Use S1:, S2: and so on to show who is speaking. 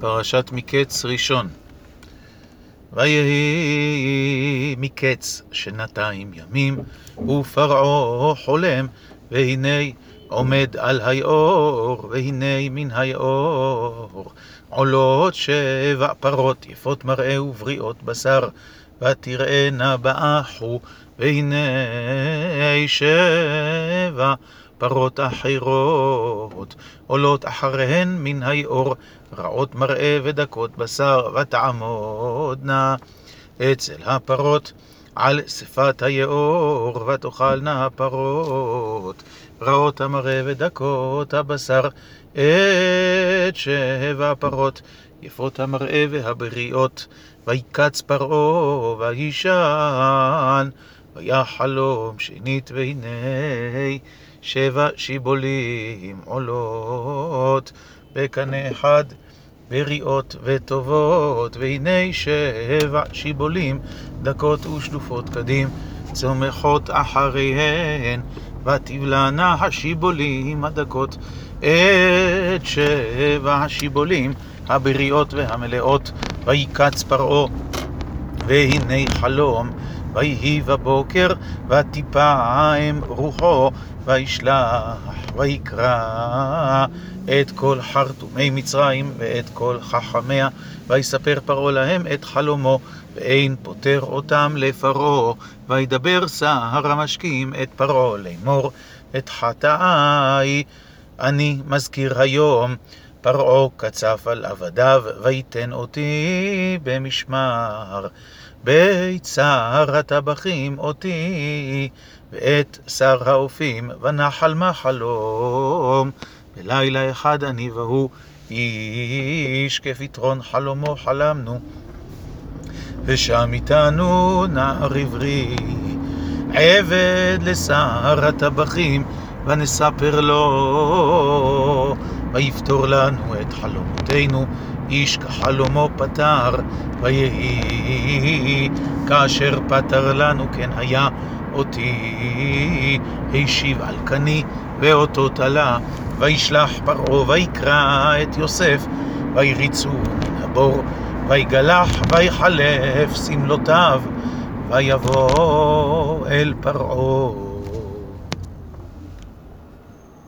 S1: פרשת מקץ ראשון. ויהי מקץ 2 ימים, ופרעה חולם, והנה עומד על היאור, והנה מן היאור עולות 7 פרות יפות מראה ובריאות בשר, ותראינה באחו, והנה 7 פרות אחרות עולות אחריהן מן היאור, רעות מראה ודקות בשר, ותעמודנה אצל הפרות על שפת היאור, ותאכלנה הפרות רעות המראה ודקות הבשר את 7 פרות יפות המראה והבריאות. ויקץ פרעה וישן, ויחלום שנית, והנה 7 שיבולים עולות בקנה אחד, בריאות וטובות, והנה 7 שיבולים דקות ושלופות קדים, צומחות אחריהן, ותבלענה השיבולים הדקות את 7 השיבולים הבריאות והמלאות. ויקץ פרעה, והנה חלום, ויהי בבוקר, ותפעם רוחו, וישלח ויקרא את כל חרטומי מצרים ואת כל חכמיה, ויספר פרעה להם את חלומו, ואין פותר אותם לפרעה. וידבר שר המשקים את פרעה לאמור, את חטאי אני מזכיר היום. פרעה קצף על עבדיו, ויתן אותי במשמר, ביצר הטבחים אותי, ואת שר האופים, ונחל מחלום. בלילה אחד אני והוא איש כפתרון חלומו חלמנו, ושם איתנו נער עברי עבד לשר הטבחים, ונספר לו ויפתור לנו את חלומותינו, איש כחלומו פתר. ויהי כאשר פתר לנו כן היה, אותי השיב על קני ואותו תלה. וישלח פרעה ויקרא את יוסף, ויריצו מן הבור, ויגלח ויחלף סמלותיו, ויבוא אל פרעה